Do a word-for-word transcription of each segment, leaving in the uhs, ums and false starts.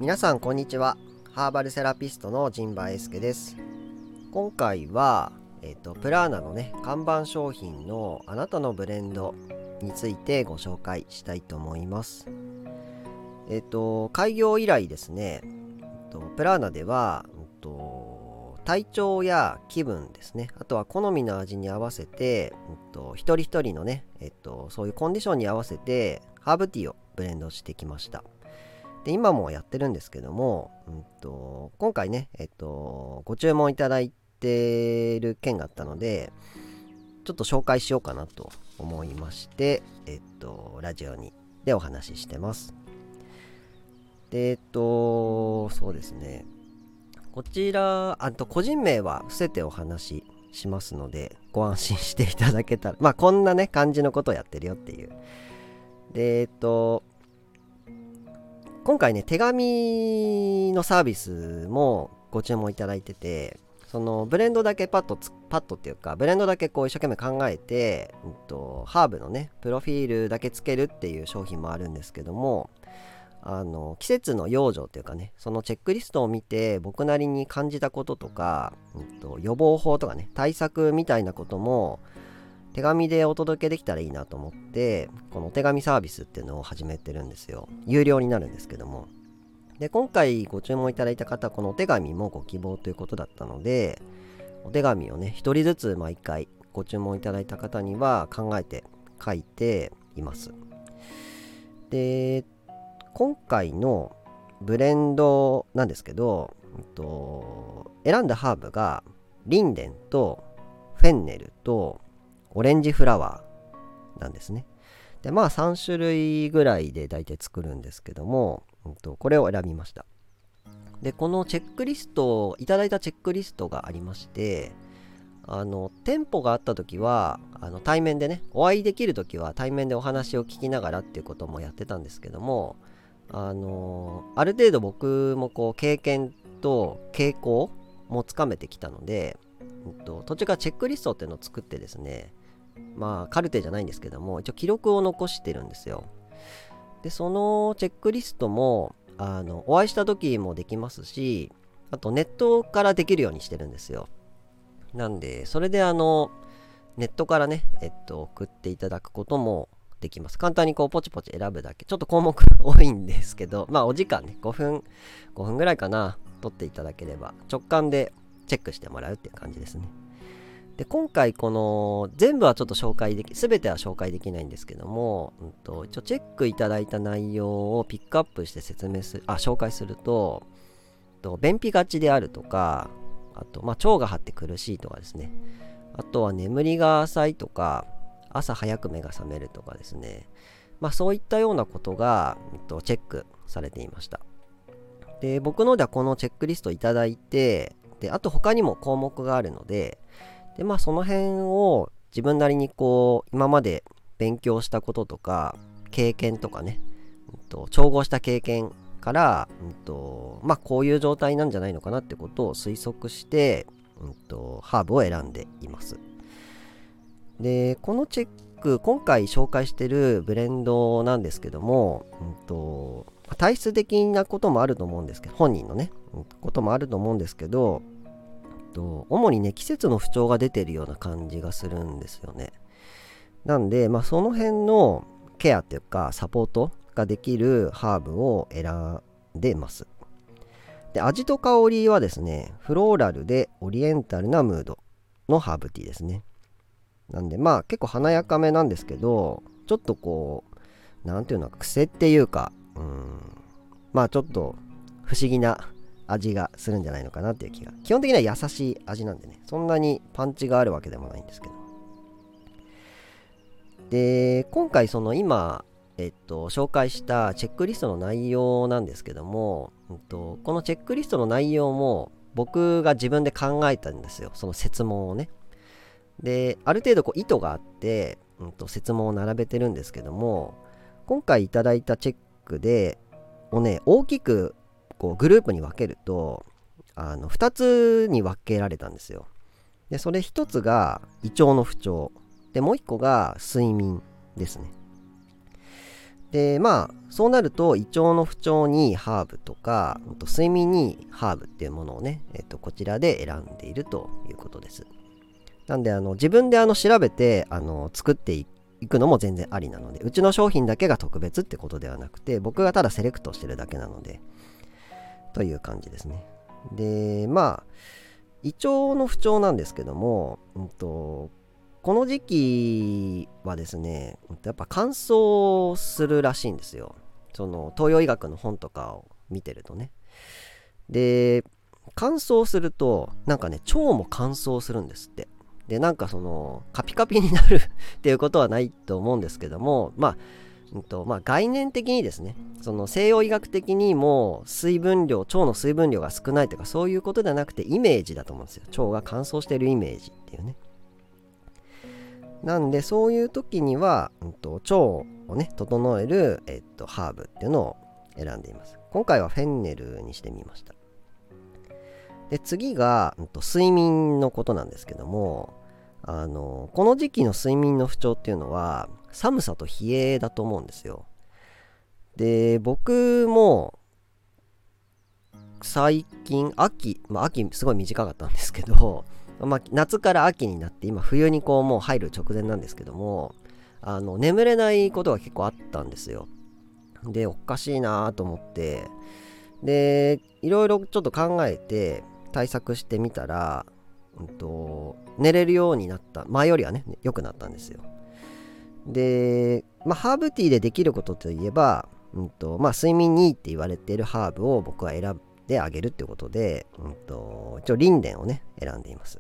皆さんこんにちは。ハーバルセラピストの陣馬英介です。今回は、えっと、プラーナのね看板商品のあなたのブレンドについてご紹介したいと思います。えっと開業以来ですね、えっと、プラーナでは、えっと、体調や気分ですね、あとは好みの味に合わせて、えっと、一人一人のね、えっと、そういうコンディションに合わせてハーブティーをブレンドしてきました。で今もやってるんですけども、うんと、今回ね、えっと、ご注文いただいている件があったので、ちょっと紹介しようかなと思いまして、えっと、ラジオにでお話ししてます。で、えっと、そうですね。こちら、あと個人名は伏せてお話ししますので、ご安心していただけたら、まあこんなね、感じのことをやってるよっていう。で、えっと、今回ね手紙のサービスもご注文いただいてて、そのブレンドだけパッとパッとっていうかブレンドだけこう一生懸命考えて、うんと、ハーブのねプロフィールだけつけるっていう商品もあるんですけども、あの季節の養生っていうかね、そのチェックリストを見て僕なりに感じたこととか、うんと、予防法とかね対策みたいなことも手紙でお届けできたらいいなと思って、このお手紙サービスっていうのを始めてるんですよ。有料になるんですけども。で、今回ご注文いただいた方はこのお手紙もご希望ということだったので、お手紙をね一人ずつ毎回ご注文いただいた方には考えて書いています。で、今回のブレンドなんですけど、えっと、選んだハーブがリンデンとフェンネルとオレンジフラワーなんですね。で、まあさん種類ぐらいで大体作るんですけども、うんと、これを選びました。で、このチェックリスト、いただいたチェックリストがありまして、あの、店舗があった時は、あの対面でね、お会いできる時は対面でお話を聞きながらっていうこともやってたんですけども、あの、ある程度僕もこう経験と傾向もつかめてきたので、うんと、途中からチェックリストっていうのを作ってですね、まあカルテじゃないんですけども一応記録を残してるんですよ。でそのチェックリストもあのお会いした時もできますし、あとネットからできるようにしてるんですよ。なんでそれであのネットからね、えっと、送っていただくこともできます。簡単にこうポチポチ選ぶだけ、ちょっと項目多いんですけど、まあお時間ねごふんごふんぐらいかな取っていただければ直感でチェックしてもらうっていう感じですね。で今回この全部はちょっと紹介でき全ては紹介できないんですけども、うん、と一応チェックいただいた内容をピックアップして説明するあ紹介すると、と便秘がちであるとか、あと、まあ、腸が張って苦しいとかですね、あとは眠りが浅いとか朝早く目が覚めるとかですね、まあそういったようなことが、うん、とチェックされていました。で僕のではこのチェックリストいただいて、であと他にも項目があるので、でまあその辺を自分なりにこう今まで勉強したこととか経験とかね、うんと、調合した経験から、うんと、まあこういう状態なんじゃないのかなってことを推測して、うんと、ハーブを選んでいます。でこのチェック今回紹介してるブレンドなんですけども、うんと、体質的なこともあると思うんですけど、本人のね、うん、こともあると思うんですけど、主にね季節の不調が出てるような感じがするんですよね。なんで、まあ、その辺のケアっていうかサポートができるハーブを選んでます。で味と香りはですねフローラルでオリエンタルなムードのハーブティーですね。なんでまあ結構華やかめなんですけど、ちょっとこうなんていうのか癖っていうか、うーんまあちょっと不思議な味がするんじゃないのかなっていう気が。基本的には優しい味なんでね、そんなにパンチがあるわけでもないんですけど。で今回その今えっと紹介したチェックリストの内容なんですけども、うんと、このチェックリストの内容も僕が自分で考えたんですよ、その設問をね。である程度こう意図があって、うんと、設問を並べてるんですけども、今回いただいたチェックでをね大きくこうグループに分けると、あのふたつに分けられたんですよ。でそれひとつが胃腸の不調で、もういっこが睡眠ですね。 でまあそうなると胃腸の不調にハーブとか睡眠にハーブっていうものをね、えっと、こちらで選んでいるということです。なんであの自分であの調べてあの作っていくのも全然ありなので、うちの商品だけが特別ってことではなくて、僕がただセレクトしてるだけなのでという感じですね。でまあ胃腸の不調なんですけども、うんとこの時期はですね、やっぱ乾燥するらしいんですよ。その東洋医学の本とかを見てるとね。で、乾燥するとなんかね、腸も乾燥するんですって。で、なんかそのカピカピになるっていうことはないと思うんですけども、まあ、うんとまあ、概念的にですね、その西洋医学的にも水分量、腸の水分量が少ないとかそういうことではなくてイメージだと思うんですよ。腸が乾燥しているイメージっていうね。なんでそういう時には、うん、と腸をね整える、えっと、ハーブっていうのを選んでいます。今回はフェンネルにしてみました。で次が、うん、と睡眠のことなんですけども、あのこの時期の睡眠の不調っていうのは寒さと冷えだと思うんですよ。で僕も最近秋、まあ、秋すごい短かったんですけどまあ、夏から秋になって今冬にこうもう入る直前なんですけども、あの眠れないことが結構あったんですよ。でおかしいなと思って、でいろいろちょっと考えて対策してみたら、うんと、寝れるようになった、前よりはね良くなったんですよ。で、まあ、ハーブティーでできることといえば、うんとまあ、睡眠にいいって言われているハーブを僕は選んであげるってことで、うんと、一応リンデンをね選んでいます。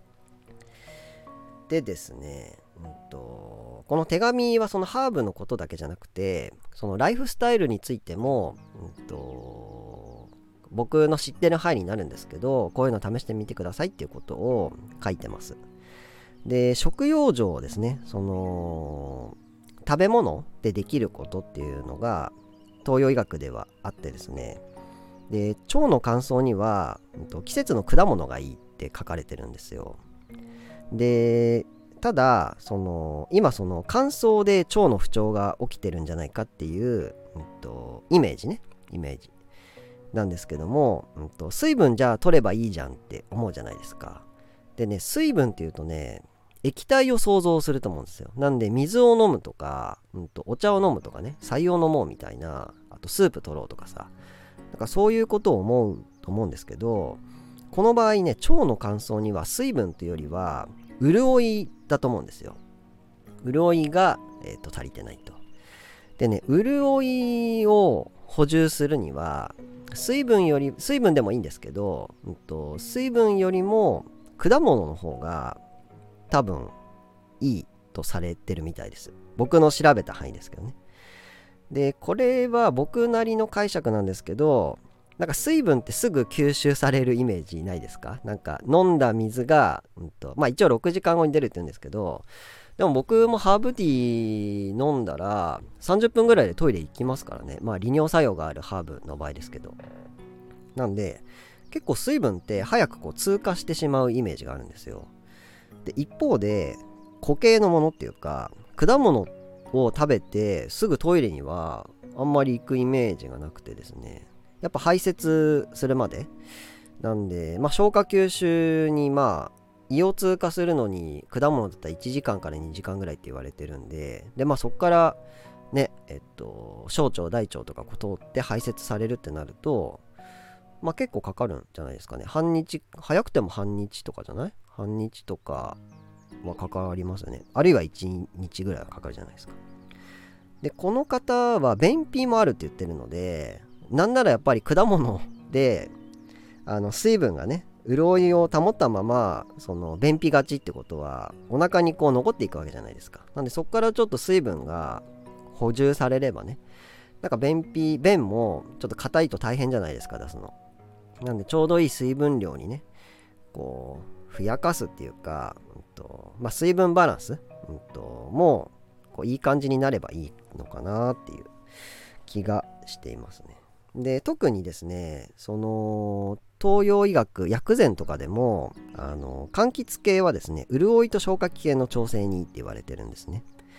でですね、うんと、この手紙はそのハーブのことだけじゃなくて、そのライフスタイルについても、うんと、僕の知ってる範囲になるんですけど、こういうの試してみてくださいっていうことを書いてます。で、食用上ですね、その食べ物でできることっていうのが東洋医学ではあってですね、で腸の乾燥には、うんと、季節の果物がいいって書かれてるんですよ。でただその今その乾燥で腸の不調が起きてるんじゃないかっていう、うんと、イメージねイメージなんですけども、うんと、水分じゃあ取ればいいじゃんって思うじゃないですか。でね、水分っていうとね、液体を想像すると思うんですよ。なんで水を飲むとか、うんと、お茶を飲むとかね、白湯を飲もうみたいな、あとスープ取ろうとかさ、なんかそういうことを思うと思うんですけど、この場合ね、腸の乾燥には水分というよりは潤いだと思うんですよ。潤いが、えーと、足りてないと。でね、潤いを補充するには水分より水分でもいいんですけど、うんと、水分よりも果物の方が多分いいとされてるみたいです。僕の調べた範囲ですけどね。でこれは僕なりの解釈なんですけど、なんか水分ってすぐ吸収されるイメージないですか？なんか飲んだ水が、うんとまあ、一応ろくじかんごに出るって言うんですけど、でも僕もハーブティー飲んだらさんじゅっぷんぐらいでトイレ行きますからね。まあ利尿作用があるハーブの場合ですけど、なんで結構水分って早くこう通過してしまうイメージがあるんですよ。で一方で固形のものっていうか果物を食べてすぐトイレにはあんまり行くイメージがなくてですね、やっぱ排泄するまでなんで、まあ、消化吸収にまあ胃を通過するのに果物だったらいちじかんからにじかんぐらいって言われてるんで、でまあそこからねえっと小腸大腸とか通って排泄されるってなると、まあ結構かかるんじゃないですかね。半日、早くても半日とかじゃない？半日とかはかかりますよね。あるいはいちにちぐらいはかかるじゃないですか。でこの方は便秘もあるって言ってるので、なんならやっぱり果物であの水分がね潤いを保ったままその便秘がちってことはお腹にこう残っていくわけじゃないですか。なんでそこからちょっと水分が補充されればね、なんか便秘便もちょっと硬いと大変じゃないですか、出すの。なんでちょうどいい水分量にねこうふやかすっていうか、うんとまあ、水分バランス、うんともうこういい感じになればいいのかなっていう気がしていますね。で特にですね、その東洋医学薬膳とかでもあの柑橘系はですね潤いと消化器系の調整にいいって言われてるんですね。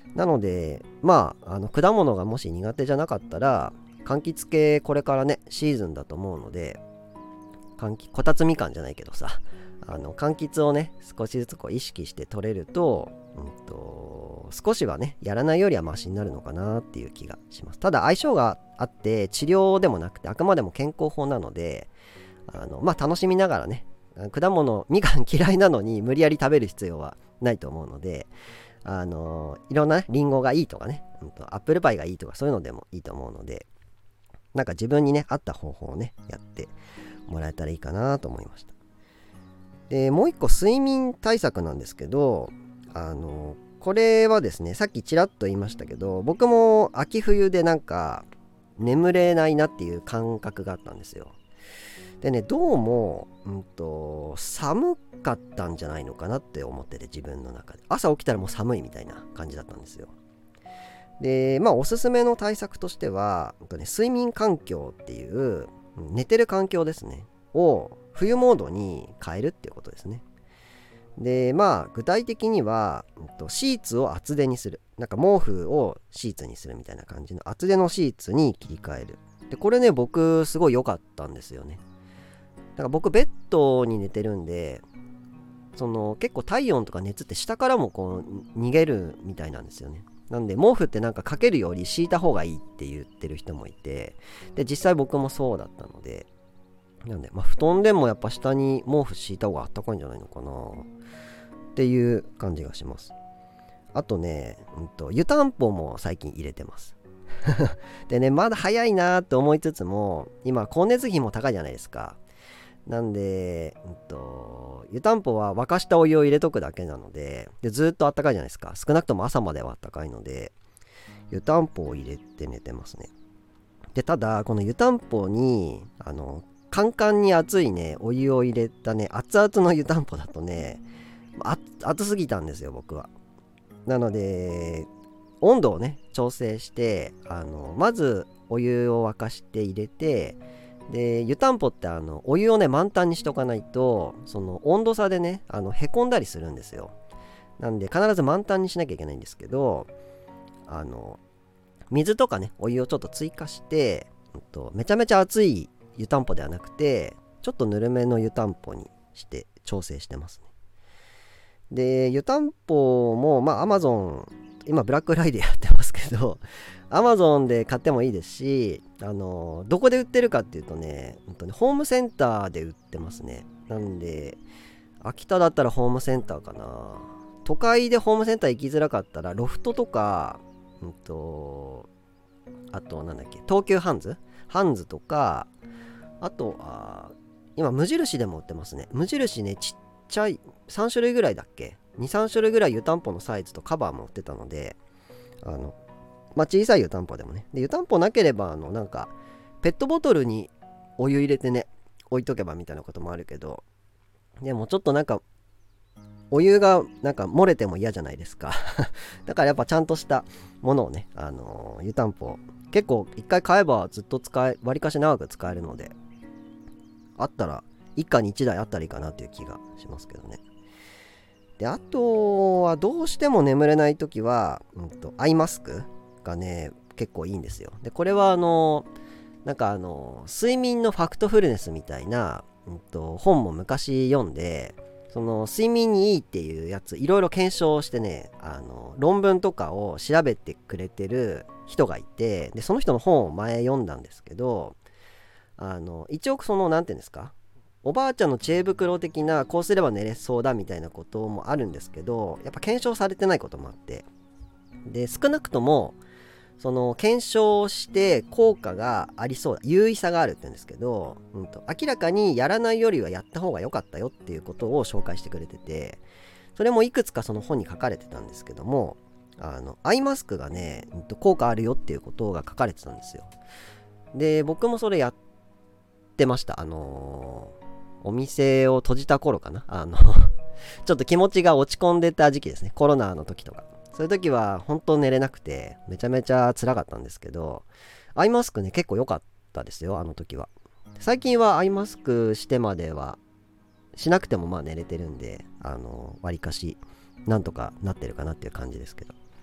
なのでまああの果物がもし苦手じゃなかったら柑橘系これからねシーズンだと思うので、柑橘こたつみかんじゃないけどさ、あの柑橘をね少しずつこう意識して取れると、うんと少しはねやらないよりはマシになるのかなっていう気がします。ただ相性があって治療でもなくてあくまでも健康法なので、あのまあ楽しみながらね、果物みかん嫌いなのに無理やり食べる必要はないと思うので、あのいろんなねリンゴがいいとかね、うんとアップルパイがいいとかそういうのでもいいと思うので、なんか自分にね合った方法をねやってもらえたらいいかなと思いました。でもう一個睡眠対策なんですけど、あのこれはですねさっきちらっと言いましたけど、僕も秋冬でなんか眠れないなっていう感覚があったんですよ。でねどうも、うんと、寒かったんじゃないのかなって思ってて、自分の中で朝起きたらもう寒いみたいな感じだったんですよ。でまあおすすめの対策としては、うんとね、睡眠環境っていう寝てる環境ですねを冬モードに変えるっていうことですね。でまあ具体的には、うんと、シーツを厚手にする、なんか毛布をシーツにするみたいな感じの厚手のシーツに切り替える。でこれね僕すごい良かったんですよね。だから僕ベッドに寝てるんで、その結構体温とか熱って下からもこう逃げるみたいなんですよね。なんで毛布ってなんかかけるより敷いた方がいいって言ってる人もいて、で実際僕もそうだったので、なんで、まあ、布団でもやっぱ下に毛布敷いた方があったかいんじゃないのかなっていう感じがします。あとね、うんと、湯たんぽも最近入れてますでねまだ早いなって思いつつも、今光熱費も高いじゃないですか。なんで、うんと、湯たんぽは沸かしたお湯を入れとくだけなので、でずっとあったかいじゃないですか。少なくとも朝まではあったかいので、湯たんぽを入れて寝てますね。でただこの湯たんぽにあのカンカンに熱いねお湯を入れたね熱々の湯たんぽだとね、あ熱すぎたんですよ僕は。なので温度をね調整して、あのまずお湯を沸かして入れて、で湯たんぽってあのお湯をね満タンにしておかないと、その温度差でねあのへこんだりするんですよ。なんで必ず満タンにしなきゃいけないんですけど、あの水とかねお湯をちょっと追加して、うん、とめちゃめちゃ熱い湯たんぽではなくてちょっとぬるめの湯たんぽにして調整してますね。で湯たんぽもまあ Amazon 今ブラックフライデーやってますけどAmazon で買ってもいいですし、あのどこで売ってるかっていうとね、本当にホームセンターで売ってますね。なんで秋田だったらホームセンターかな。都会でホームセンター行きづらかったらロフトとか、うんとあとなんだっけ東急ハンズハンズとか、あとは今無印でも売ってますね。無印ねちっちゃいさん種類ぐらいだっけ にさん 種類ぐらい湯たんぽのサイズとカバーも売ってたので、あのまあ小さい湯たんぽでもね、で湯たんぽなければあのなんかペットボトルにお湯入れてね置いとけばみたいなこともあるけど、でもちょっとなんかお湯がなんか漏れても嫌じゃないですかだからやっぱちゃんとしたものをね、あのー湯たんぽ結構一回買えばずっと使えわりかし長く使えるので、あったら一家に一台あったらいいかなっていう気がしますけどね。であとはどうしても眠れない時は、うんと、アイマスクがね結構いいんですよ。でこれはあのなんかあの睡眠のファクトフルネスみたいな、うんと、本も昔読んで、その睡眠にいいっていうやついろいろ検証してね、あの論文とかを調べてくれてる人がいて、でその人の本を前読んだんですけど、あの一応そのなんていうんですか、おばあちゃんの知恵袋的なこうすれば寝れそうだみたいなこともあるんですけど、やっぱ検証されてないこともあって、で少なくともその検証して効果がありそうだ、有意差があるって言うんですけど、うんと、明らかにやらないよりはやった方が良かったよっていうことを紹介してくれてて、それもいくつかその本に書かれてたんですけども、あのアイマスクがね、うんと、効果あるよっていうことが書かれてたんですよ。で僕もそれやってました。あのー、お店を閉じた頃かな、あのちょっと気持ちが落ち込んでた時期ですね、コロナの時とか。そういう時は本当寝れなくてめちゃめちゃ辛かったんですけど、アイマスクね結構良かったですよ、あの時は。最近はアイマスクしてまではしなくてもまあ寝れてるんで、あのわりかしなんとかなってるかなっていう感じですけど、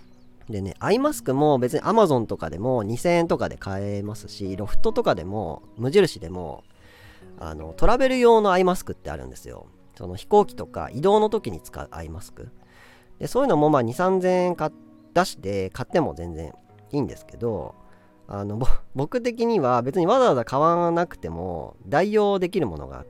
でね、アイマスクも別に Amazon とかでもにせんえんとかで買えますし、ロフトとかでも無印でもあのトラベル用のアイマスクってあるんですよ。その飛行機とか移動の時に使うアイマスクで、そういうのもまあに、さんぜんえんか出して買っても全然いいんですけど、あの僕的には別にわざわざ買わなくても代用できるものがあって、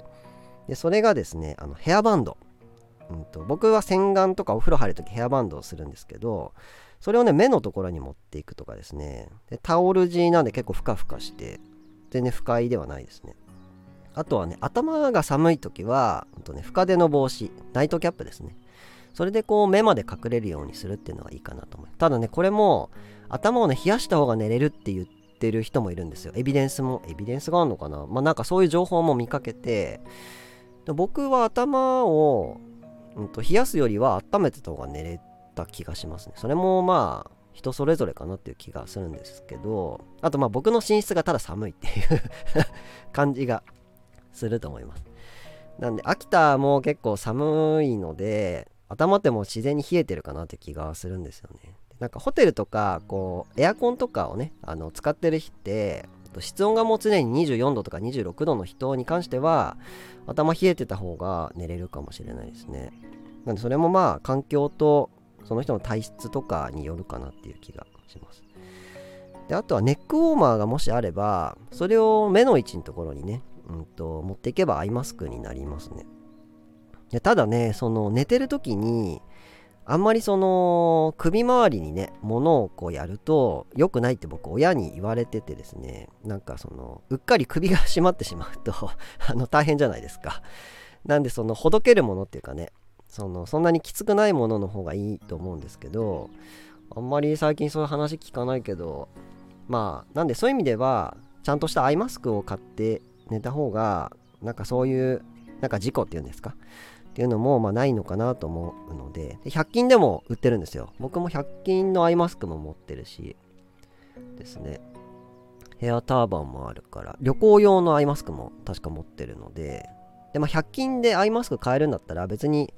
でそれがですね、あのヘアバンド、うんと、僕は洗顔とかお風呂入るときヘアバンドをするんですけど、それをね目のところに持っていくとかですね、でタオル地なんで結構ふかふかして全然不快ではないですね。あとはね、頭が寒いときは、うんとね、深手の帽子、ナイトキャップですね、それでこう目まで隠れるようにするっていうのがいいかなと思う。ただね、これも頭をね冷やした方が寝れるって言ってる人もいるんですよ。エビデンスもエビデンスがあるのかな、まあなんかそういう情報も見かけて、で僕は頭を、うん、と冷やすよりは温めてた方が寝れた気がしますね。それもまあ人それぞれかなっていう気がするんですけど、あとまあ僕の寝室がただ寒いっていう感じがすると思います。なんで秋田も結構寒いので、頭っても自然に冷えてるかなって気がするんですよね。なんかホテルとかこうエアコンとかをねあの使ってる人って、室温がもう常ににじゅうよんどとかにじゅうろくどの人に関しては頭冷えてた方が寝れるかもしれないですね。なんでそれもまあ環境とその人の体質とかによるかなっていう気がします。であとはネックウォーマーがもしあれば、それを目の位置のところにね、うんと持っていけばアイマスクになりますね。でただね、その寝てる時にあんまりその首周りにね物をこうやると良くないって僕親に言われててですね、なんかそのうっかり首が締まってしまうとあの大変じゃないですか。なんでそのほどけるものっていうかね、そのそんなにきつくないものの方がいいと思うんですけど、あんまり最近そういう話聞かないけど、まあなんでそういう意味ではちゃんとしたアイマスクを買って寝た方が、なんかそういうなんか事故っていうんですかっていうのもまあないのかなと思うので、ひゃく均でも売ってるんですよ。僕もひゃく均のアイマスクも持ってるしですね、ヘアターバンもあるから、旅行用のアイマスクも確か持ってるので、で、まあ、ひゃく均でアイマスク買えるんだったら別に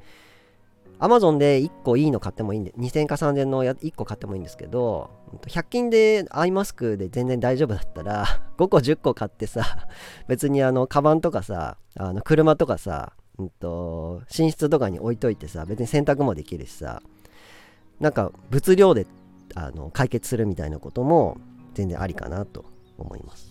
Amazon でいっこいいの買ってもいいんで、にせんえんかさんぜんえんのやいっこ買ってもいいんですけど、ひゃく均でアイマスクで全然大丈夫だったらごこじゅっこ買ってさ、別にあのカバンとかさ、あの車とかさ、うんと寝室とかに置いといてさ、別に洗濯もできるしさ、なんか物量であの解決するみたいなことも全然ありかなと思います。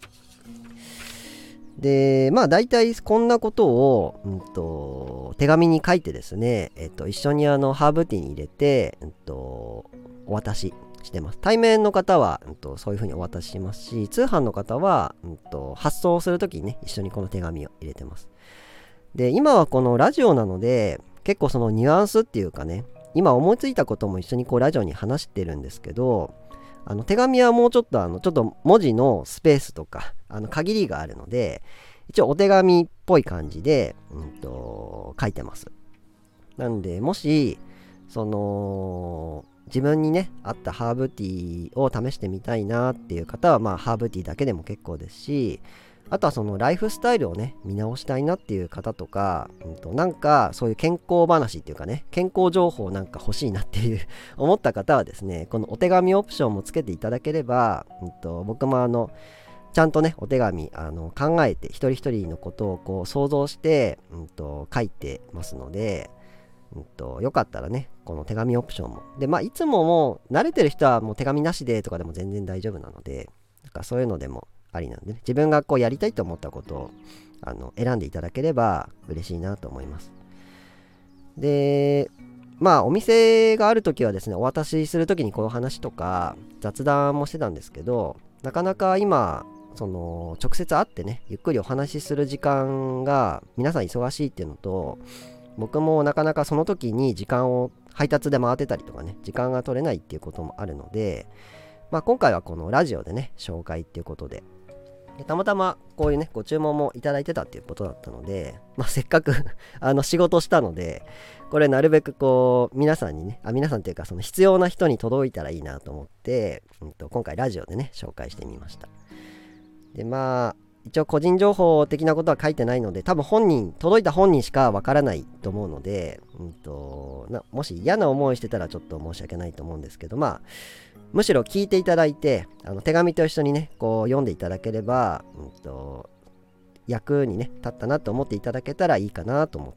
でまあ大体こんなことを、うん、と手紙に書いてですね、えっと、一緒にあのハーブティーに入れて、うん、とお渡ししてます。対面の方は、うん、とそういう風にお渡ししますし、通販の方は、うん、と発送するときにね一緒にこの手紙を入れてます。で今はこのラジオなので結構そのニュアンスっていうかね、今思いついたことも一緒にこうラジオに話してるんですけど、あの手紙はもうちょっとあのちょっと文字のスペースとかあの限りがあるので、一応お手紙っぽい感じで、うんと書いてます。なんでもしその自分にね合ったハーブティーを試してみたいなっていう方は、まあハーブティーだけでも結構ですし、あとはそのライフスタイルをね見直したいなっていう方とか、うんとなんかそういう健康話っていうかね、健康情報なんか欲しいなっていう思った方はですね、このお手紙オプションもつけていただければ、うんと僕もあのちゃんとねお手紙あの考えて一人一人のことをこう想像して、うんと書いてますので、うんとよかったらねこの手紙オプションもで、まあいつももう慣れてる人はもう手紙なしでとかでも全然大丈夫なので、なんかそういうのでもありなんでね、自分がこうやりたいと思ったことをあの選んでいただければ嬉しいなと思います。でまあお店があるときはですね、お渡しするときにこの話とか雑談もしてたんですけど、なかなか今その直接会ってねゆっくりお話しする時間が皆さん忙しいっていうのと、僕もなかなかその時に時間を配達で回ってたりとかね、時間が取れないっていうこともあるので、まあ今回はこのラジオでね紹介っていうことで、でたまたまこういうねご注文もいただいてたっていうことだったので、まあ、せっかくあの仕事したので、これなるべくこう皆さんにねあ皆さんっていうかその必要な人に届いたらいいなと思って、うん、と今回ラジオでね紹介してみました。でまあ一応個人情報的なことは書いてないので、多分本人届いた本人しかわからないと思うので、うんとなもし嫌な思いしてたらちょっと申し訳ないと思うんですけど、まあむしろ聞いていただいて、あの手紙と一緒にねこう読んでいただければ、うんと役にね立ったなと思っていただけたらいいかなと思って、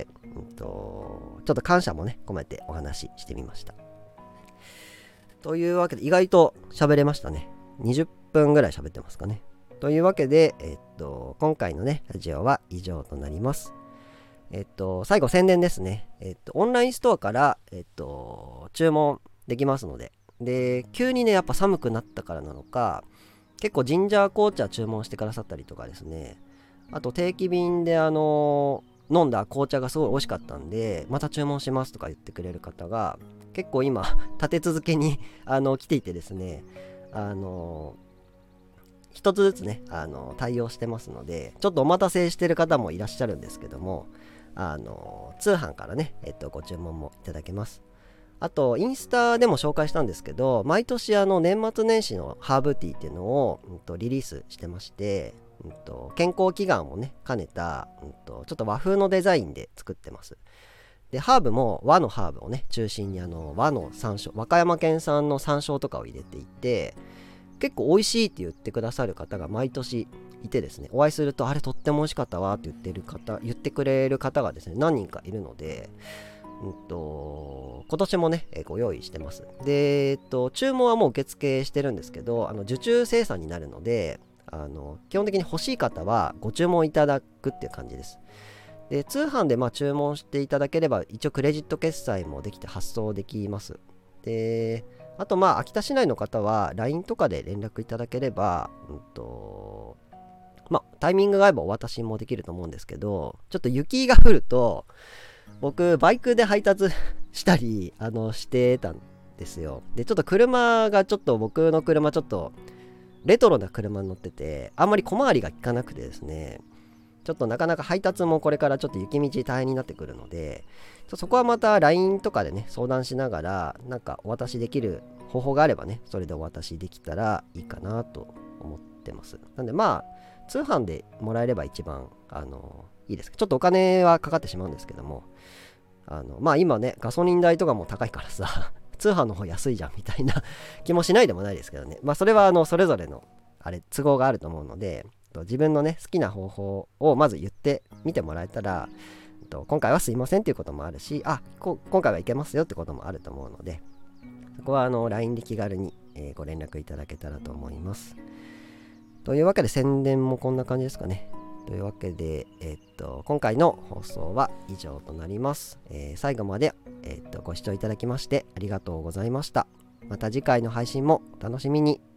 うんとちょっと感謝もね込めてお話ししてみました。というわけで意外と喋れましたね。にじゅっぷんぐらい喋ってますかね。というわけで、えっと、今回のね、ラジオは以上となります。えっと、最後宣伝ですね。えっと、オンラインストアから、えっと、注文できますので、で、急にね、やっぱ寒くなったからなのか、結構ジンジャー紅茶注文してくださったりとかですね、あと定期便であの飲んだ紅茶がすごい美味しかったんで、また注文しますとか言ってくれる方が、結構今、立て続けにあの来ていてですね、あの一つずつねあの対応してますので、ちょっとお待たせしてる方もいらっしゃるんですけども、あの通販からね、えっと、ご注文もいただけます。あとインスタでも紹介したんですけど、毎年あの年末年始のハーブティーっていうのを、うん、とリリースしてまして、うん、と健康祈願をね兼ねた、うん、とちょっと和風のデザインで作ってます。でハーブも和のハーブをね中心にあの和の山椒、和歌山県産の山椒とかを入れていて、結構美味しいって言ってくださる方が毎年いてですね、お会いするとあれとっても美味しかったわって言ってる方言ってくれる方がですね何人かいるので、うんと今年もねご用意してます。で、えっと、注文はもう受付してるんですけど、あの受注生産になるので、あの基本的に欲しい方はご注文いただくっていう感じです。で通販でまあ注文していただければ一応クレジット決済もできて発送できます。であとまあ秋田市内の方は ライン とかで連絡いただければ、うんとまあ、タイミングが合えばお渡しもできると思うんですけど、ちょっと雪が降ると僕バイクで配達したりあのしてたんですよ。でちょっと車がちょっと僕の車ちょっとレトロな車に乗ってて、あんまり小回りが利かなくてですね、ちょっとなかなか配達もこれからちょっと雪道大変になってくるので、そこはまた ライン とかでね相談しながら、なんかお渡しできる方法があればねそれでお渡しできたらいいかなと思ってます。なんでまあ通販でもらえれば一番あのいいです。ちょっとお金はかかってしまうんですけども、あのまあ今ねガソリン代とかも高いからさ通販の方安いじゃんみたいな気もしないでもないですけどね。まあそれはあのそれぞれのあれ都合があると思うので、自分のね好きな方法をまず言ってみてもらえたら、今回はすいませんっていうこともあるし、あ今回はいけますよってこともあると思うので、そこはあの ライン で気軽に、えー、ご連絡いただけたらと思います。というわけで宣伝もこんな感じですかね。というわけで、えー、っと今回の放送は以上となります。えー、最後まで、えー、っとご視聴いただきましてありがとうございました。また次回の配信もお楽しみに。